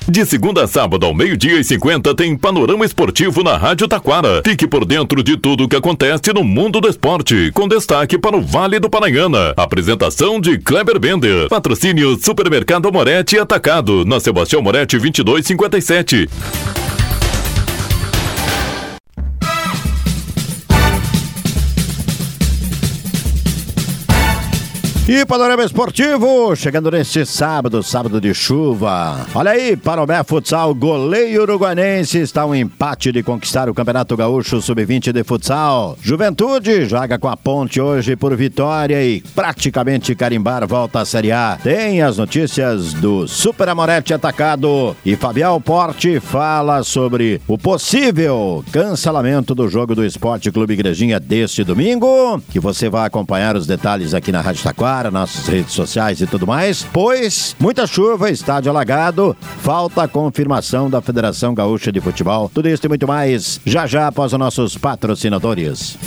De segunda a sábado ao 12:50 tem Panorama Esportivo na Rádio Taquara. Fique por dentro de tudo o que acontece no mundo do esporte, com destaque para o Vale do Paranhana. Apresentação de Kleber Bender. Patrocínio Supermercado Moretti Atacado, na Sebastião Moretti 2257. E Panorama Esportivo, chegando neste sábado de chuva. Olha aí, Parobé Futsal, goleiro uruguaiense, está um empate de conquistar o Campeonato Gaúcho Sub-20 de Futsal. Juventude joga com a Ponte hoje por vitória e praticamente carimbar volta à Série A. Tem as notícias do Super Amoretti Atacado e Fabial Porte fala sobre o possível cancelamento do jogo do Esporte Clube Igrejinha deste domingo, que você vai acompanhar os detalhes aqui na Rádio Taquara, nossas redes sociais e tudo mais, pois muita chuva, estádio alagado, falta a confirmação da Federação Gaúcha de Futebol. Tudo isso e muito mais, já após os nossos patrocinadores.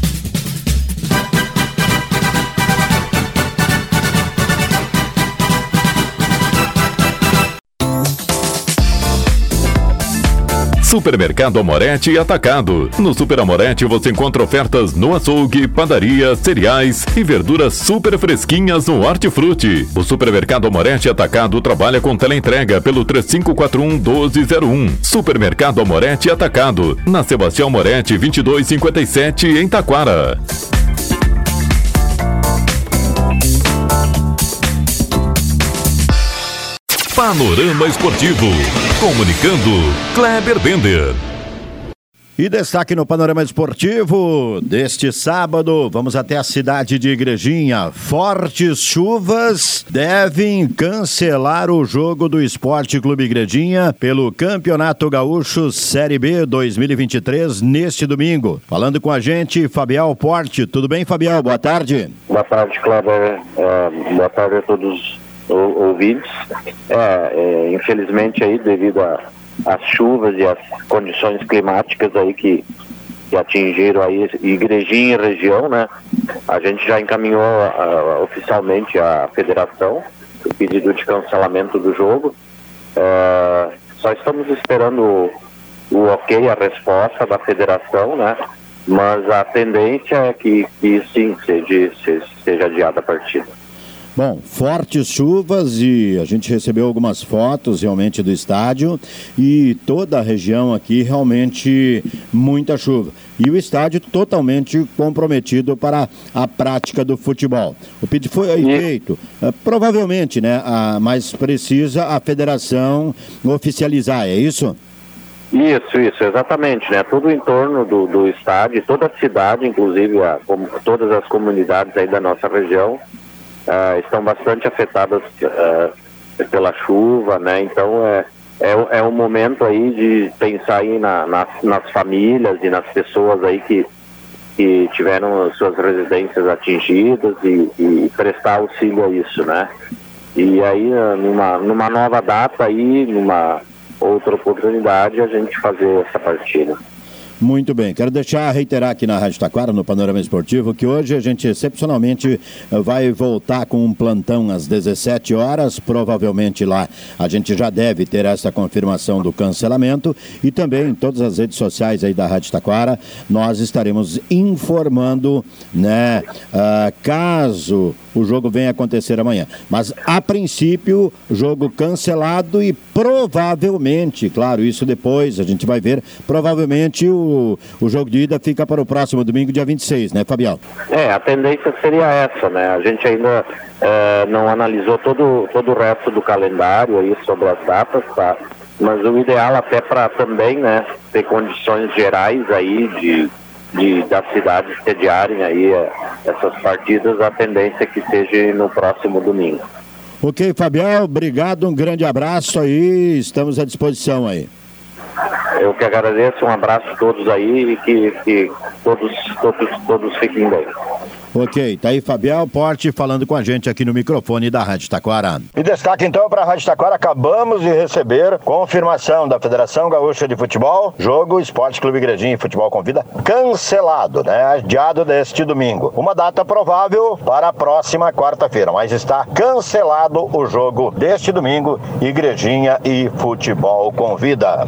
Supermercado Amoretti Atacado. No Super Amoretti você encontra ofertas no açougue, padaria, cereais e verduras super fresquinhas no Hortifruti. O Supermercado Amoretti Atacado trabalha com teleentrega pelo 3541-1201. Supermercado Amoretti Atacado, na Sebastião Moretti 2257 em Taquara. Panorama Esportivo. Comunicando, Kleber Bender. E destaque no Panorama Esportivo deste sábado, vamos até a cidade de Igrejinha. Fortes chuvas devem cancelar o jogo do Esporte Clube Igrejinha pelo Campeonato Gaúcho Série B 2023 neste domingo. Falando com a gente, Fabial Porte. Tudo bem, Fabial? Boa tarde. Boa tarde, Kleber. Boa tarde a todos ouvintes. Infelizmente aí, devido às chuvas e às condições climáticas aí que atingiram aí Igrejinha e região, né? A gente já encaminhou oficialmente à federação o pedido de cancelamento do jogo. Só estamos esperando o ok, a resposta da federação, né? Mas a tendência é que sim, seja adiada a partida. Bom, fortes chuvas e a gente recebeu algumas fotos realmente do estádio e toda a região aqui realmente muita chuva. E o estádio totalmente comprometido para a prática do futebol. O pedido foi feito, provavelmente, né? Mas precisa a federação oficializar, é isso? Isso, exatamente, né? Tudo em torno do estádio, toda a cidade, inclusive todas as comunidades aí da nossa região, estão bastante afetadas pela chuva, né? Então é um momento aí de pensar aí nas famílias e nas pessoas aí que tiveram suas residências atingidas e prestar auxílio a isso, né? E aí numa nova data aí, numa outra oportunidade, a gente fazer essa partida. Muito bem, quero reiterar aqui na Rádio Taquara, no Panorama Esportivo, que hoje a gente excepcionalmente vai voltar com um plantão às 17 horas, provavelmente lá a gente já deve ter essa confirmação do cancelamento e também em todas as redes sociais aí da Rádio Taquara nós estaremos informando, né, caso o jogo venha acontecer amanhã. Mas a princípio, jogo cancelado e provavelmente, claro, isso depois a gente vai ver, provavelmente o jogo de ida fica para o próximo domingo, dia 26, né, Fabial? A tendência seria essa, né? A gente ainda não analisou todo o resto do calendário aí sobre as datas, tá? Mas o ideal até para também, né, ter condições gerais aí das cidades sediarem aí essas partidas, a tendência é que seja no próximo domingo. Ok, Fabial, obrigado, um grande abraço aí, estamos à disposição aí. Eu que agradeço, um abraço a todos aí e que todos fiquem bem. Ok, tá aí Fabiel Porte falando com a gente aqui no microfone da Rádio Taquara. E destaque então para a Rádio Taquara, acabamos de receber confirmação da Federação Gaúcha de Futebol, jogo Esporte Clube Igrejinha e Futebol Convida cancelado, né? Adiado deste domingo. Uma data provável para a próxima quarta-feira, mas está cancelado o jogo deste domingo, Igrejinha e Futebol Convida.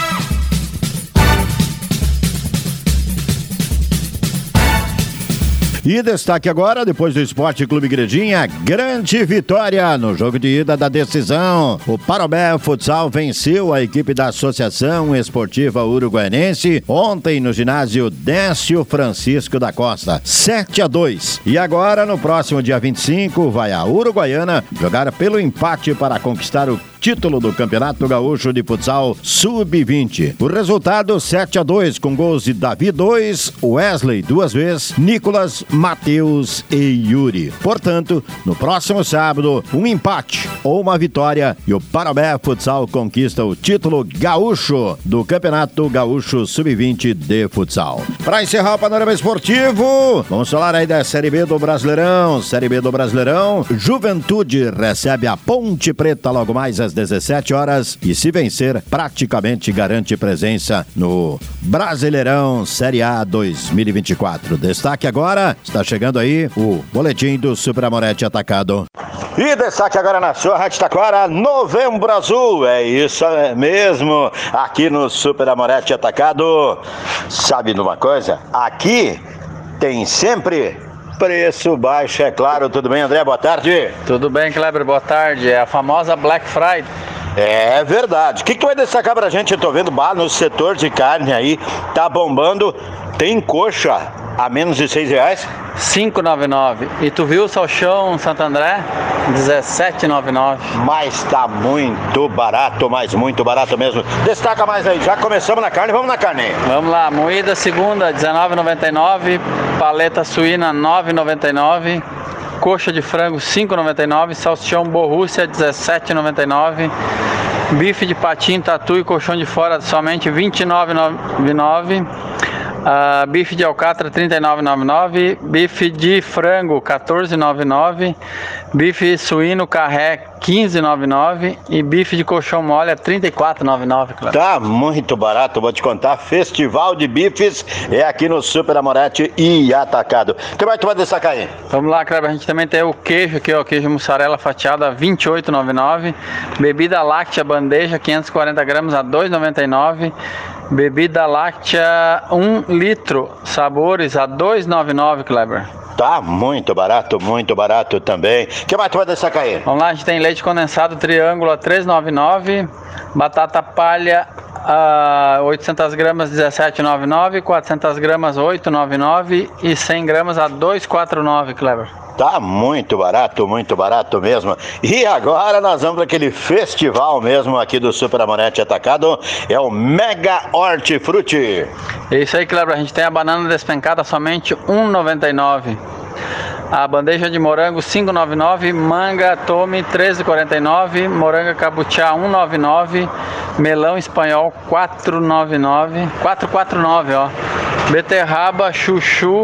E destaque agora, depois do Esporte Clube Igrejinha, grande vitória no jogo de ida da decisão. O Parobé Futsal venceu a equipe da Associação Esportiva Uruguaianense ontem no ginásio Décio Francisco da Costa, 7-2. E agora, no próximo dia 25, vai a Uruguaiana jogar pelo empate para conquistar o título do Campeonato Gaúcho de Futsal Sub-20. O resultado 7-2 com gols de Davi 2, Wesley 2 vezes, Nicolas, Matheus e Yuri. Portanto, no próximo sábado, um empate ou uma vitória e o Parobé Futsal conquista o título gaúcho do Campeonato Gaúcho Sub-20 de Futsal. Para encerrar o panorama esportivo, vamos falar aí da Série B do Brasileirão. Série B do Brasileirão, Juventude recebe a Ponte Preta logo mais às 17 horas e se vencer, praticamente garante presença no Brasileirão Série A 2024. Destaque agora, está chegando aí o boletim do Super Amorete Atacado. E destaque agora na sua Rádio Taquara, Novembro Azul, é isso mesmo, aqui no Super Amorete Atacado. Sabe de uma coisa? Aqui tem sempre preço baixo, é claro. Tudo bem, André? Boa tarde. Tudo bem, Kleber? Boa tarde. É a famosa Black Friday. É verdade. O que tu vai destacar pra gente? Eu tô vendo no setor de carne aí, tá bombando. Tem coxa a menos de R$6? 5,99. E tu viu o salchão Santo André? 17,99. Mas tá muito barato, mas muito barato mesmo. Destaca mais aí. Já começamos na carne, vamos na carne. Vamos lá. Moída segunda, 19,99. Paleta suína, 9,99. Coxa de frango, 5,99. Salsichão Borrússia, 17,99. Bife de patinho, tatu e colchão de fora, somente 29,99. Bife de alcatra, 39,99. Bife de frango, 14,99. Bife suíno carré, 15,99. E bife de colchão mole, 34,99. Claro. Tá muito barato, vou te contar. Festival de bifes é aqui no Super Amorete e Atacado. O que mais tu vai destacar aí? Vamos lá, Kleber. A gente também tem o queijo aqui, ó. Queijo mussarela fatiado a 28,99. Bebida láctea bandeja, 540 gramas a 2,99. Bebida láctea 1 litro, sabores a 2,99, Kleber. Tá muito barato também. O que mais tu vai destacar aí? Vamos lá, a gente tem leite condensado triângulo a 3,99. Batata palha a 800 gramas 17,99. 400 gramas 8,99. E 100 gramas a 2,49, Kleber. Tá muito barato mesmo. E agora nós vamos para aquele festival mesmo aqui do Super Amorete Atacado. É o Mega Hortifruti. É isso aí, Kleber. A gente tem a banana despencada somente R$1,99. A bandeja de morango R$5,99. Manga Tome R$13,49. Moranga Cabuchá R$1,99. Melão espanhol R$4,99. R$4,49, ó. Beterraba chuchu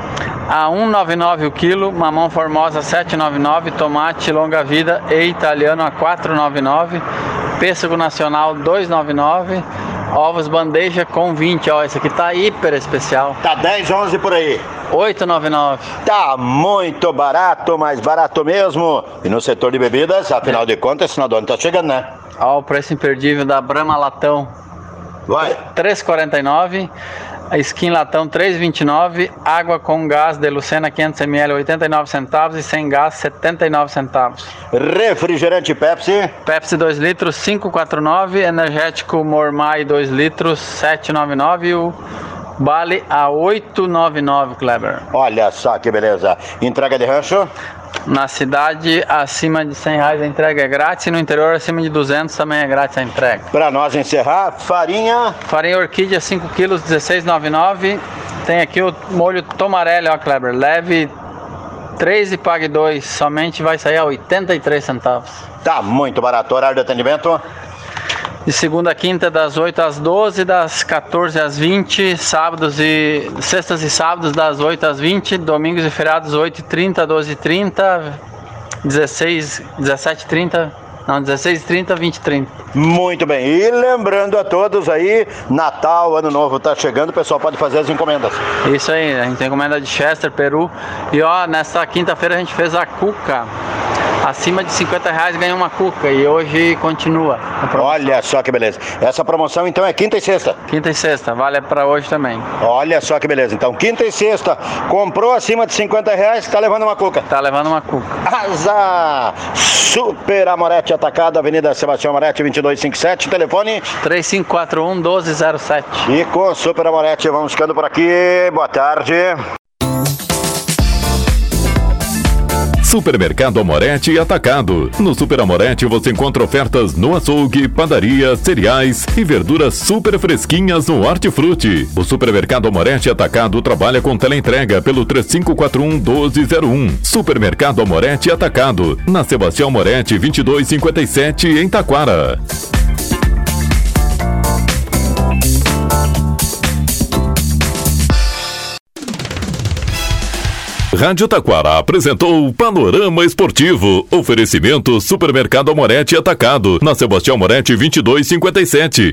a R$1,99 o quilo, mamão formosa R$7,99, tomate longa vida e italiano a R$4,99, pêssego nacional R$2,99, ovos bandeja com 20, ó, esse aqui tá hiper especial. Tá 10, 11 por aí. R$8,99. Tá muito barato, mais barato mesmo. E no setor de bebidas, afinal de contas, esse final do ano tá chegando, né? Ó, o preço imperdível da Brahma Latão. Vai. R$3,49. A Skin Latão 3,29, água com gás de Lucena 500 ml 89 centavos e sem gás 79 centavos. Refrigerante Pepsi. Pepsi 2 litros 5,49, energético Mormai 2 litros 7,99 e o Bale a 8,99, Kleber. Olha só que beleza. Entrega de rancho? Na cidade, acima de R$100 a entrega é grátis e no interior, acima de 200 também é grátis a entrega. Para nós encerrar, farinha. Farinha orquídea 5 quilos, R$16,99. Tem aqui o molho Tomarelli, ó, Kleber. Leve 3 e pague 2. Somente vai sair a 83 centavos. Tá muito barato. Horário de atendimento? De segunda a quinta, das 8 às 12, das 14 às 20, sextas e sábados, das 8 às 20, domingos e feriados, 8h30, 12h30, 17h30, 16h30, 20h30. Muito bem. E lembrando a todos aí, Natal, Ano Novo tá chegando, o pessoal pode fazer as encomendas. Isso aí, a gente tem encomenda de Chester, Peru. E nessa quinta-feira a gente fez a cuca. Acima de R$50 ganha uma cuca e hoje continua. Olha só que beleza. Essa promoção então é quinta e sexta? Quinta e sexta, vale para hoje também. Olha só que beleza. Então quinta e sexta, comprou acima de R$50, tá levando uma cuca. Tá levando uma cuca. Azar! Super Amoretti Atacado, Avenida Sebastião Amoretti, 2257, telefone 3541-1207. E com Super Amoretti vamos ficando por aqui. Boa tarde. Supermercado Amoretti Atacado. No Super Amoretti você encontra ofertas no açougue, padaria, cereais e verduras super fresquinhas no Hortifruti. O Supermercado Amoretti Atacado trabalha com teleentrega pelo 3541-1201. Supermercado Amoretti Atacado, na Sebastião Moretti 2257 em Taquara. Rádio Taquara apresentou o Panorama Esportivo. Oferecimento Supermercado Amoretti Atacado, na Sebastião Moretti 2257.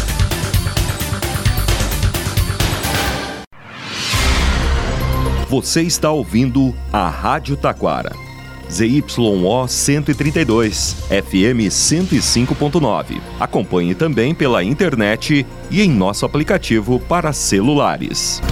Você está ouvindo a Rádio Taquara. ZYO 132, FM 105.9. Acompanhe também pela internet e em nosso aplicativo para celulares.